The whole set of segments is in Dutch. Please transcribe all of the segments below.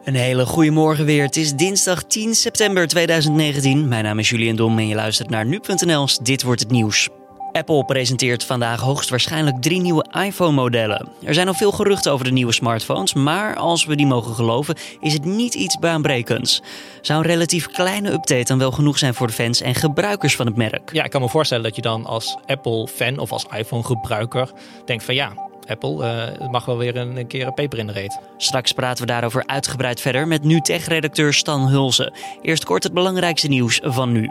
Een hele goede morgen weer. Het is dinsdag 10 september 2019. Mijn naam is Julian Dom en je luistert naar nu.nl's Dit Wordt Het Nieuws. Apple presenteert vandaag hoogstwaarschijnlijk 3 nieuwe iPhone-modellen. Er zijn al veel geruchten over de nieuwe smartphones, maar als we die mogen geloven, is het niet iets baanbrekends. Zou een relatief kleine update dan wel genoeg zijn voor de fans en gebruikers van het merk? Ja, ik kan me voorstellen dat je dan als Apple-fan of als iPhone-gebruiker denkt van ja, Apple, het mag wel weer een keer een peper in de reet. Straks praten we daarover uitgebreid verder met NuTech-redacteur Stan Hulse. Eerst kort het belangrijkste nieuws van nu.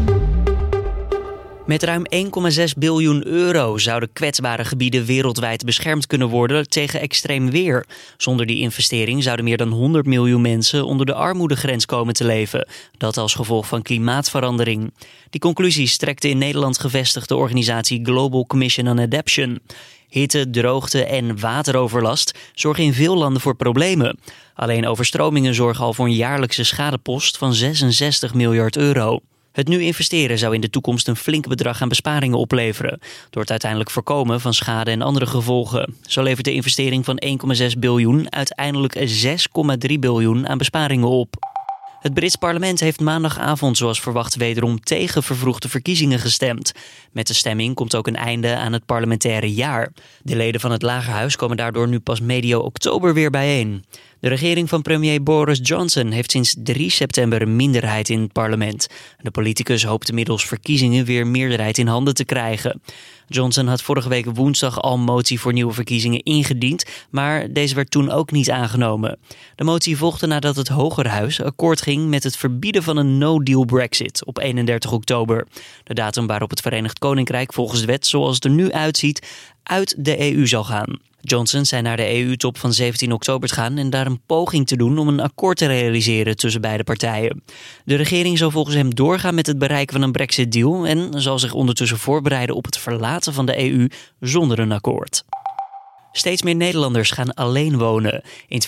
Met ruim 1,6 biljoen euro zouden kwetsbare gebieden wereldwijd beschermd kunnen worden tegen extreem weer. Zonder die investering zouden meer dan 100 miljoen mensen onder de armoedegrens komen te leven. Dat als gevolg van klimaatverandering. Die conclusie strekt de in Nederland gevestigde organisatie Global Commission on Adaptation. Hitte, droogte en wateroverlast zorgen in veel landen voor problemen. Alleen overstromingen zorgen al voor een jaarlijkse schadepost van 66 miljard euro. Het nu investeren zou in de toekomst een flink bedrag aan besparingen opleveren, door het uiteindelijk voorkomen van schade en andere gevolgen. Zo levert de investering van 1,6 biljoen uiteindelijk 6,3 biljoen aan besparingen op. Het Brits parlement heeft maandagavond zoals verwacht wederom tegen vervroegde verkiezingen gestemd. Met de stemming komt ook een einde aan het parlementaire jaar. De leden van het Lagerhuis komen daardoor nu pas medio oktober weer bijeen. De regering van premier Boris Johnson heeft sinds 3 september een minderheid in het parlement. De politicus hoopt middels verkiezingen weer meerderheid in handen te krijgen. Johnson had vorige week woensdag al een motie voor nieuwe verkiezingen ingediend, maar deze werd toen ook niet aangenomen. De motie volgde nadat het Hogerhuis akkoord ging met het verbieden van een no-deal Brexit op 31 oktober. De datum waarop het Verenigd Koninkrijk volgens de wet zoals het er nu uitziet uit de EU zal gaan. Johnson zei naar de EU-top van 17 oktober te gaan en daar een poging te doen om een akkoord te realiseren tussen beide partijen. De regering zal volgens hem doorgaan met het bereiken van een Brexit-deal en zal zich ondertussen voorbereiden op het verlaten van de EU zonder een akkoord. Steeds meer Nederlanders gaan alleen wonen. In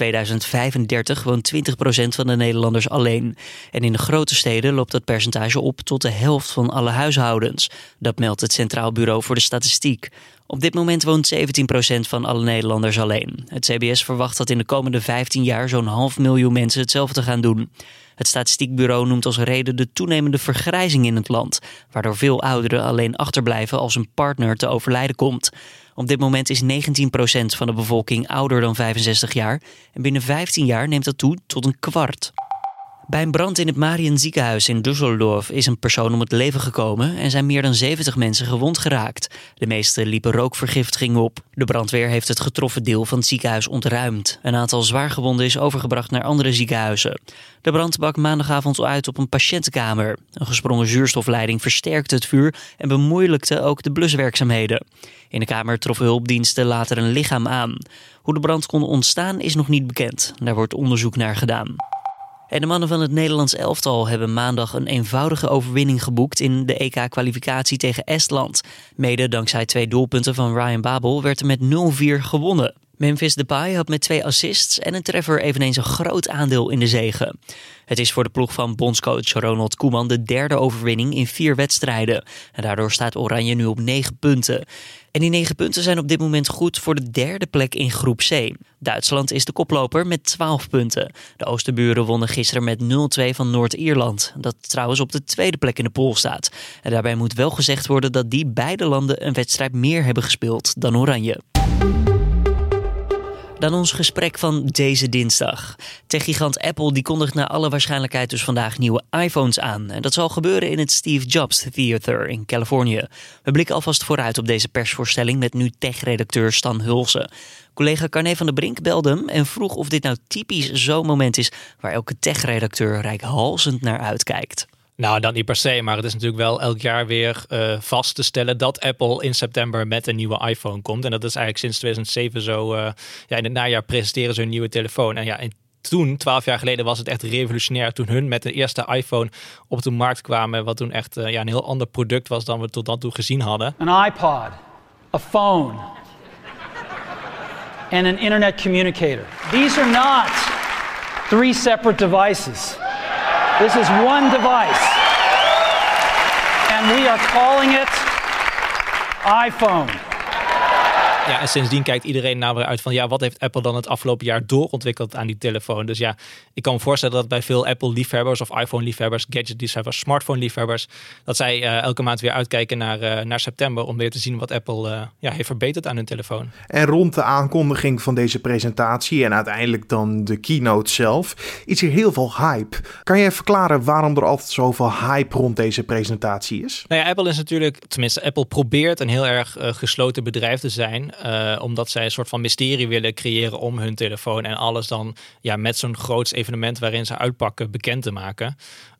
2035 woont 20% van de Nederlanders alleen. En in de grote steden loopt dat percentage op tot de helft van alle huishoudens. Dat meldt het Centraal Bureau voor de Statistiek. Op dit moment woont 17% van alle Nederlanders alleen. Het CBS verwacht dat in de komende 15 jaar zo'n 500.000 mensen hetzelfde gaan doen. Het Statistiekbureau noemt als reden de toenemende vergrijzing in het land, waardoor veel ouderen alleen achterblijven als een partner te overlijden komt. Op dit moment is 19% van de bevolking ouder dan 65 jaar en binnen 15 jaar neemt dat toe tot een kwart. Bij een brand in het Marienziekenhuis in Düsseldorf is een persoon om het leven gekomen en zijn meer dan 70 mensen gewond geraakt. De meeste liepen rookvergiftiging op. De brandweer heeft het getroffen deel van het ziekenhuis ontruimd. Een aantal zwaargewonden is overgebracht naar andere ziekenhuizen. De brand brak maandagavond uit op een patiëntenkamer. Een gesprongen zuurstofleiding versterkte het vuur en bemoeilijkte ook de bluswerkzaamheden. In de kamer troffen hulpdiensten later een lichaam aan. Hoe de brand kon ontstaan is nog niet bekend. Daar wordt onderzoek naar gedaan. En de mannen van het Nederlands elftal hebben maandag een eenvoudige overwinning geboekt in de EK-kwalificatie tegen Estland. Mede dankzij 2 doelpunten van Ryan Babel werd er met 0-4 gewonnen. Memphis Depay had met 2 assists en een treffer eveneens een groot aandeel in de zege. Het is voor de ploeg van bondscoach Ronald Koeman de 3e overwinning in 4 wedstrijden. En daardoor staat Oranje nu op 9 punten. En die 9 punten zijn op dit moment goed voor de 3e plek in groep C. Duitsland is de koploper met 12 punten. De Oosterburen wonnen gisteren met 0-2 van Noord-Ierland. Dat trouwens op de 2e plek in de pool staat. En daarbij moet wel gezegd worden dat die beide landen een wedstrijd meer hebben gespeeld dan Oranje. Dan ons gesprek van deze dinsdag. Techgigant Apple die kondigt naar alle waarschijnlijkheid dus vandaag nieuwe iPhones aan. En dat zal gebeuren in het Steve Jobs Theater in Californië. We blikken alvast vooruit op deze persvoorstelling met NuTech-redacteur Stan Hulse. Collega Carné van der Brink belde hem en vroeg of dit nou typisch zo'n moment is waar elke tech-redacteur reikhalzend naar uitkijkt. Nou, dat niet per se, maar het is natuurlijk wel elk jaar weer vast te stellen dat Apple in september met een nieuwe iPhone komt. En dat is eigenlijk sinds 2007 zo. In het najaar presenteren ze een nieuwe telefoon. En ja, toen, 12 jaar geleden, was het echt revolutionair toen hun met de eerste iPhone op de markt kwamen. Wat toen echt een heel ander product was dan we tot dan toe gezien hadden. An iPod, a phone, and an internet communicator. These are not 3 separate devices. This is one device. And we are calling it iPhone. Ja, en sindsdien kijkt iedereen nou weer uit van wat heeft Apple dan het afgelopen jaar doorontwikkeld aan die telefoon. Dus ja, ik kan me voorstellen dat bij veel Apple-liefhebbers of iPhone-liefhebbers, gadget-liefhebbers, smartphone-liefhebbers, dat zij elke maand weer uitkijken naar september om weer te zien wat Apple heeft verbeterd aan hun telefoon. En rond de aankondiging van deze presentatie en uiteindelijk dan de keynote zelf, is er heel veel hype. Kan jij verklaren waarom er altijd zoveel hype rond deze presentatie is? Nou ja, Apple is natuurlijk, tenminste Apple probeert een heel erg gesloten bedrijf te zijn, omdat zij een soort van mysterie willen creëren om hun telefoon en alles dan met zo'n groots evenement waarin ze uitpakken bekend te maken.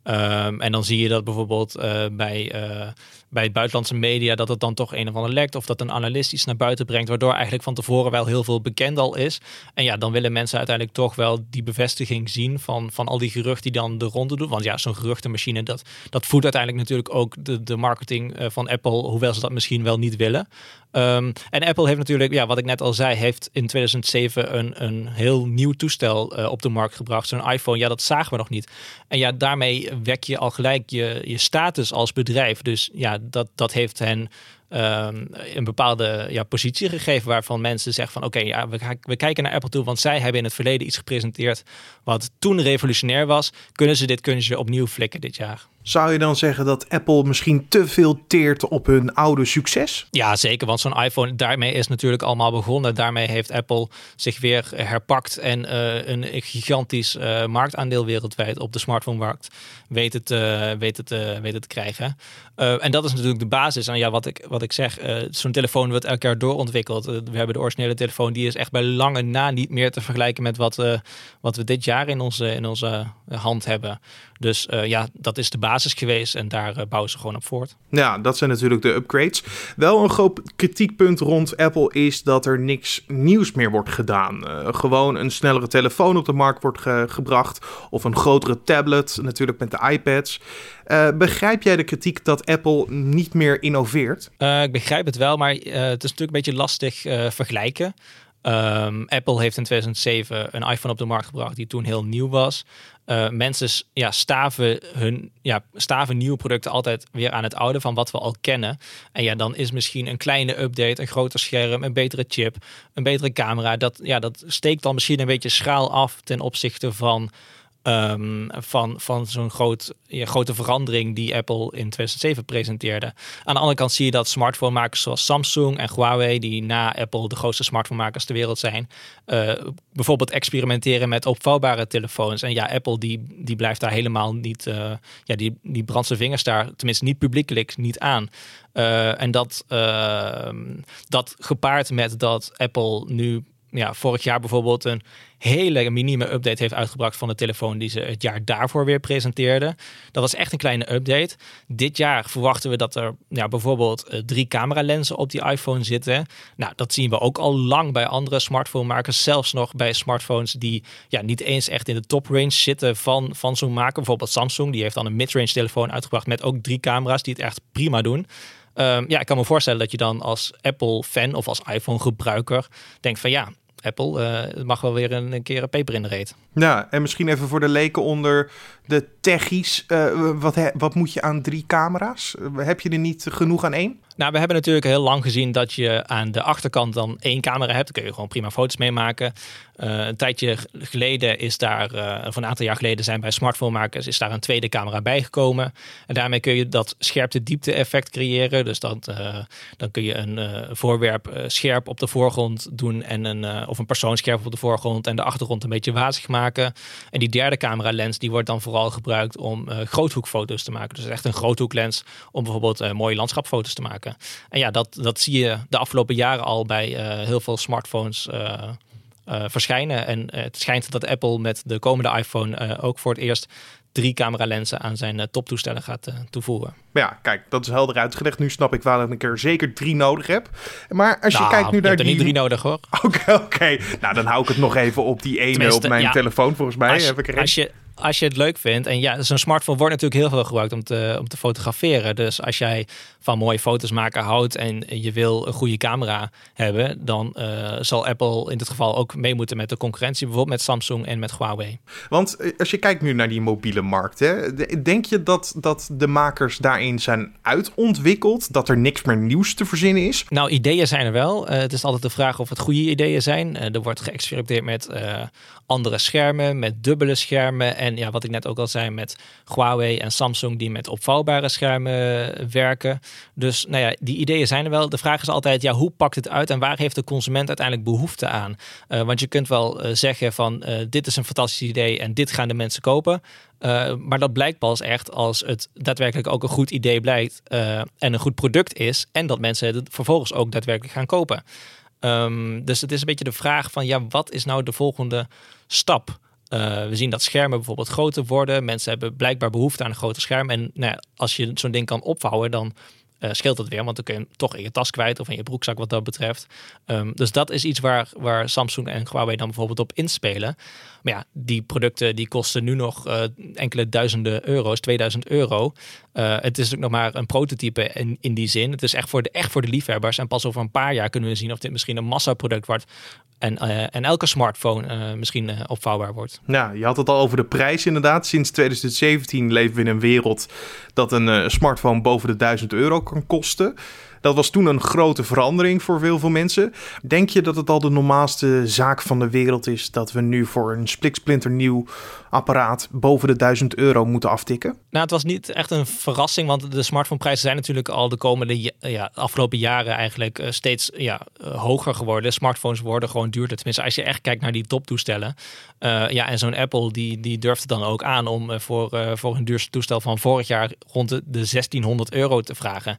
En dan zie je dat bijvoorbeeld bij het buitenlandse media dat het dan toch een of ander lekt of dat een analist iets naar buiten brengt, waardoor eigenlijk van tevoren wel heel veel bekend al is. En ja, dan willen mensen uiteindelijk toch wel die bevestiging zien van al die geruchten die dan de ronde doen. Want ja, zo'n geruchtenmachine, dat voedt uiteindelijk natuurlijk ook de marketing van Apple, hoewel ze dat misschien wel niet willen. En Apple heeft natuurlijk, wat ik net al zei, heeft in 2007 een heel nieuw toestel op de markt gebracht. Zo'n iPhone, dat zagen we nog niet. En ja, daarmee wek je al gelijk je status als bedrijf. Dus ja, dat heeft hen een bepaalde positie gegeven waarvan mensen zeggen van we kijken naar Apple toe, want zij hebben in het verleden iets gepresenteerd wat toen revolutionair was. Kunnen ze dit kunstje opnieuw flikken dit jaar? Zou je dan zeggen dat Apple misschien te veel teert op hun oude succes? Ja, zeker. Want zo'n iPhone, daarmee is natuurlijk allemaal begonnen. Daarmee heeft Apple zich weer herpakt en een gigantisch marktaandeel wereldwijd op de smartphone-markt weten te krijgen. En dat is natuurlijk de basis. En wat ik zeg, zo'n telefoon wordt elk jaar doorontwikkeld. We hebben de originele telefoon, die is echt bij lange na niet meer te vergelijken met wat we dit jaar in onze hand hebben. Dus dat is de basis geweest en daar bouwen ze gewoon op voort. Ja, dat zijn natuurlijk de upgrades. Wel een groot kritiekpunt rond Apple is dat er niks nieuws meer wordt gedaan. Gewoon een snellere telefoon op de markt wordt gebracht of een grotere tablet, natuurlijk met de iPads. Begrijp jij de kritiek dat Apple niet meer innoveert? Ik begrijp het wel, maar het is natuurlijk een beetje lastig vergelijken. Apple heeft in 2007 een iPhone op de markt gebracht die toen heel nieuw was. Mensen staven nieuwe producten altijd weer aan het oude van wat we al kennen. En dan is misschien een kleine update, een groter scherm, een betere chip, een betere camera. Dat steekt dan misschien een beetje schaal af ten opzichte van zo'n grote verandering die Apple in 2007 presenteerde. Aan de andere kant zie je dat smartphonemakers zoals Samsung en Huawei, die na Apple de grootste smartphonemakers ter wereld zijn, bijvoorbeeld experimenteren met opvouwbare telefoons. En Apple die blijft daar helemaal niet, die brandt zijn vingers daar, tenminste niet publiekelijk, niet aan. En dat gepaard met dat Apple nu vorig jaar bijvoorbeeld een hele minieme update heeft uitgebracht van de telefoon die ze het jaar daarvoor weer presenteerde. Dat was echt een kleine update. Dit jaar verwachten we dat er bijvoorbeeld 3 cameralenzen op die iPhone zitten. Nou, dat zien we ook al lang bij andere smartphonemakers. Zelfs nog bij smartphones die niet eens echt in de toprange zitten van zo'n maker. Bijvoorbeeld Samsung, die heeft dan een midrange telefoon uitgebracht met ook 3 camera's die het echt prima doen. Ik kan me voorstellen dat je dan als Apple-fan of als iPhone-gebruiker denkt van Apple, het mag wel weer een keer een peper in de reet. Ja, en misschien even voor de leken onder de techies. Wat moet je aan 3 camera's? Heb je er niet genoeg aan 1? Nou, we hebben natuurlijk heel lang gezien dat je aan de achterkant dan 1 camera hebt. Daar kun je gewoon prima foto's mee maken. Een tijdje geleden is daar, of een aantal jaar geleden zijn bij smartphonemakers, is daar een tweede camera bijgekomen. En daarmee kun je dat scherpte-diepte effect creëren. Dus dan kun je een voorwerp scherp op de voorgrond doen en of een persoon scherp op de voorgrond en de achtergrond een beetje wazig maken. En die derde camera lens die wordt dan vooral gebruikt om groothoekfoto's te maken. Dus echt een groothoeklens om bijvoorbeeld mooie landschapfoto's te maken. En dat zie je de afgelopen jaren al bij heel veel smartphones verschijnen. En het schijnt dat Apple met de komende iPhone ook voor het eerst 3 cameralenzen aan zijn toptoestellen gaat toevoegen. Ja, kijk, dat is helder uitgelegd. Nu snap ik waarom ik er zeker 3 nodig heb. Maar als je kijkt nu naar die... er niet 3 nodig, hoor. Oké. Nou, dan hou ik het nog even op die ene op mijn telefoon. Volgens mij heb ik er als je het leuk vindt. En ja, zo'n smartphone wordt natuurlijk heel veel gebruikt om te fotograferen. Dus als jij van mooie foto's maken houdt en je wil een goede camera hebben, dan zal Apple in dit geval ook mee moeten met de concurrentie. Bijvoorbeeld met Samsung en met Huawei. Want als je kijkt nu naar die mobiele markt, hè, denk je dat de makers daarin zijn uitontwikkeld? Dat er niks meer nieuws te verzinnen is? Nou, ideeën zijn er wel. Het is altijd de vraag of het goede ideeën zijn. Er wordt geëxperimenteerd met andere schermen, met dubbele schermen. En ja, wat ik net ook al zei, met Huawei en Samsung die met opvouwbare schermen werken. Dus nou ja, die ideeën zijn er wel. De vraag is altijd, ja, hoe pakt het uit en waar heeft de consument uiteindelijk behoefte aan? Want je kunt wel zeggen van dit is een fantastisch idee en dit gaan de mensen kopen. Maar dat blijkt pas echt als het daadwerkelijk ook een goed idee blijkt en een goed product is en dat mensen het vervolgens ook daadwerkelijk gaan kopen. Dus het is een beetje de vraag van, ja, wat is nou de volgende stap? We zien dat schermen bijvoorbeeld groter worden. Mensen hebben blijkbaar behoefte aan een groter scherm. En nou ja, als je zo'n ding kan opvouwen, dan scheelt het weer. Want dan kun je hem toch in je tas kwijt of in je broekzak wat dat betreft. Dus dat is iets waar Samsung en Huawei dan bijvoorbeeld op inspelen. Maar ja, die producten die kosten nu nog enkele duizenden euro's, 2000 euro. Het is ook nog maar een prototype in die zin. Het is echt voor de liefhebbers. En pas over een paar jaar kunnen we zien of dit misschien een massaproduct wordt. En elke smartphone misschien opvouwbaar wordt. Ja, je had het al over de prijs inderdaad. Sinds 2017 leven we in een wereld dat een smartphone boven de 1000 euro kan kosten. Dat was toen een grote verandering voor veel mensen. Denk je dat het al de normaalste zaak van de wereld is dat we nu voor een spliksplinternieuw apparaat boven de 1000 euro moeten aftikken? Nou, het was niet echt een verrassing, want de smartphoneprijzen zijn natuurlijk al de komende afgelopen jaren eigenlijk steeds hoger geworden. Smartphones worden gewoon duurder. Tenminste, als je echt kijkt naar die toptoestellen. En zo'n Apple die durft het dan ook aan om voor een duurste toestel van vorig jaar rond de 1600 euro te vragen.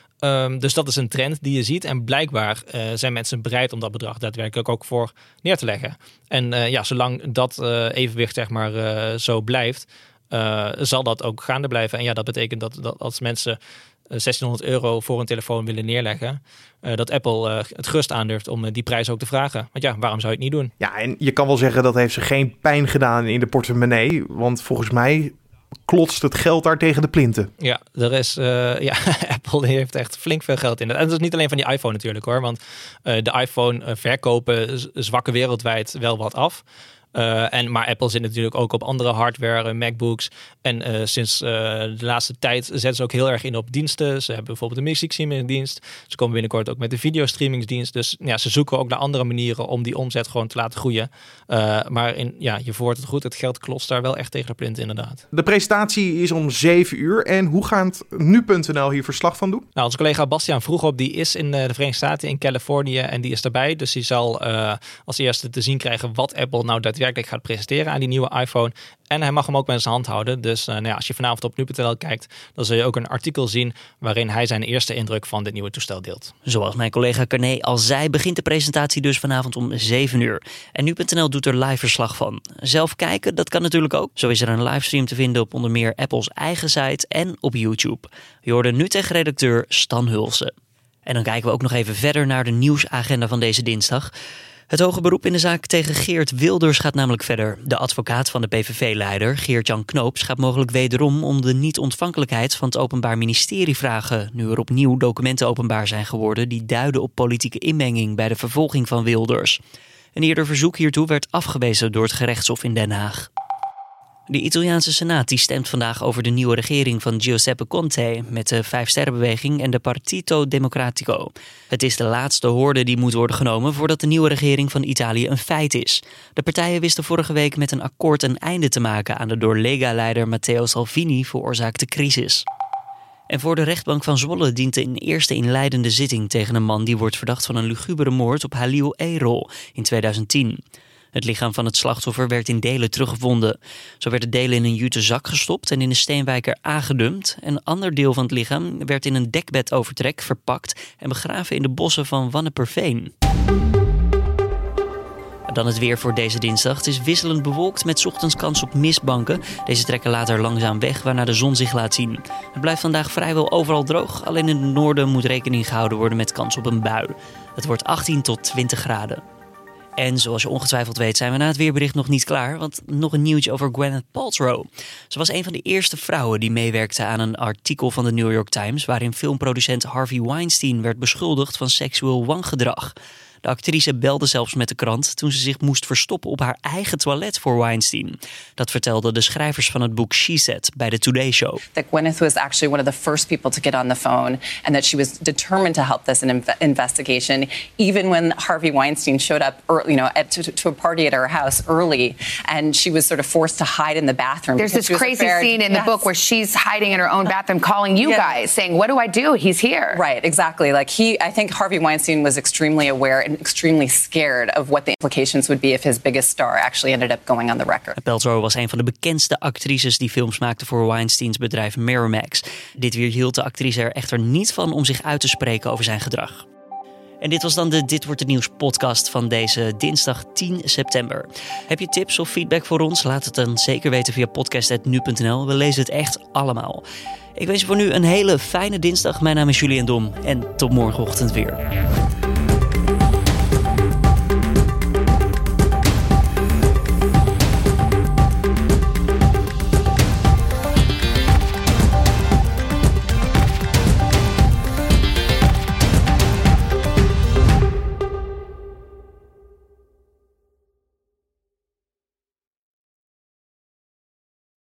Dus dat is een trend die je ziet. En blijkbaar zijn mensen bereid om dat bedrag daadwerkelijk ook voor neer te leggen. En zolang dat evenwicht zeg maar zo blijft, zal dat ook gaande blijven. En ja, dat betekent dat als mensen 1600 euro voor een telefoon willen neerleggen, dat Apple het gerust aandurft om die prijs ook te vragen. Want ja, waarom zou je het niet doen? Ja, en je kan wel zeggen dat heeft ze geen pijn gedaan in de portemonnee. Want volgens mij klotst het geld daar tegen de plinten. Ja, er is Apple heeft echt flink veel geld in. En dat is niet alleen van die iPhone natuurlijk hoor. Want de iPhone verkopen zwakken wereldwijd wel wat af. Maar Apple zit natuurlijk ook op andere hardware, MacBooks. En sinds de laatste tijd zetten ze ook heel erg in op diensten. Ze hebben bijvoorbeeld een muziekstreamingdienst. Ze komen binnenkort ook met de videostreamingsdienst. Dus ja, ze zoeken ook naar andere manieren om die omzet gewoon te laten groeien. Maar je verwoordt het goed. Het geld klotst daar wel echt tegen de plint inderdaad. De presentatie is om 7:00. En hoe gaat nu.nl hier verslag van doen? Nou, onze collega Bastiaan Vroegop, die is in de Verenigde Staten, in Californië. En die is daarbij. Dus die zal als eerste te zien krijgen wat Apple nou daadwerkelijk gaat presenteren aan die nieuwe iPhone. En hij mag hem ook met zijn hand houden. Dus als je vanavond op nu.nl kijkt, dan zul je ook een artikel zien waarin hij zijn eerste indruk van dit nieuwe toestel deelt. Zoals mijn collega Carné al zei, begint de presentatie dus vanavond om 7:00. En nu.nl doet er live verslag van. Zelf kijken, dat kan natuurlijk ook. Zo is er een livestream te vinden op onder meer Apples eigen site en op YouTube. Je hoorde NuTech-redacteur Stan Hulsen. En dan kijken we ook nog even verder naar de nieuwsagenda van deze dinsdag. Het hoge beroep in de zaak tegen Geert Wilders gaat namelijk verder. De advocaat van de PVV-leider, Geert-Jan Knoops, gaat mogelijk wederom om de niet-ontvankelijkheid van het Openbaar Ministerie vragen, nu er opnieuw documenten openbaar zijn geworden die duiden op politieke inmenging bij de vervolging van Wilders. Een eerder verzoek hiertoe werd afgewezen door het gerechtshof in Den Haag. De Italiaanse Senaat die stemt vandaag over de nieuwe regering van Giuseppe Conte met de Vijfsterrenbeweging en de Partito Democratico. Het is de laatste horde die moet worden genomen voordat de nieuwe regering van Italië een feit is. De partijen wisten vorige week met een akkoord een einde te maken aan de door Lega-leider Matteo Salvini veroorzaakte crisis. En voor de rechtbank van Zwolle dient een eerste inleidende zitting tegen een man die wordt verdacht van een lugubere moord op Halil Erol in 2010. Het lichaam van het slachtoffer werd in delen teruggevonden. Zo werden delen in een jute zak gestopt en in een steenwijker aangedumpt. Een ander deel van het lichaam werd in een dekbedovertrek verpakt en begraven in de bossen van Wanneperveen. Dan het weer voor deze dinsdag. Het is wisselend bewolkt met 's ochtends kans op mistbanken. Deze trekken later langzaam weg waarna de zon zich laat zien. Het blijft vandaag vrijwel overal droog. Alleen in het noorden moet rekening gehouden worden met kans op een bui. Het wordt 18 tot 20 graden. En zoals je ongetwijfeld weet zijn we na het weerbericht nog niet klaar, want nog een nieuwtje over Gwyneth Paltrow. Ze was een van de eerste vrouwen die meewerkte aan een artikel van de New York Times waarin filmproducent Harvey Weinstein werd beschuldigd van seksueel wangedrag. De actrice belde zelfs met de krant toen ze zich moest verstoppen op haar eigen toilet voor Weinstein. Dat vertelden de schrijvers van het boek She Said bij de Today Show. That Gwyneth was actually one of the first people to get on the phone and that she was determined to help this investigation, even when Harvey Weinstein showed up, to a party at her house early, and she was sort of forced to hide in the bathroom. There's this crazy scene in the book where she's hiding in her own bathroom, calling you guys, saying, "What do I do? He's here." Right, exactly. I think Harvey Weinstein was extremely aware and extremely scared of what the implications would be if his biggest star actually ended up going on the record. Paltrow was een van de bekendste actrices die films maakte voor Weinsteins bedrijf Miramax. Dit weerhield de actrice er echter niet van om zich uit te spreken over zijn gedrag. En dit was dan de Dit Wordt Het Nieuws podcast van deze dinsdag 10 september. Heb je tips of feedback voor ons? Laat het dan zeker weten via podcast@nu.nl. We lezen het echt allemaal. Ik wens je voor nu een hele fijne dinsdag. Mijn naam is Julian Dom en tot morgenochtend weer.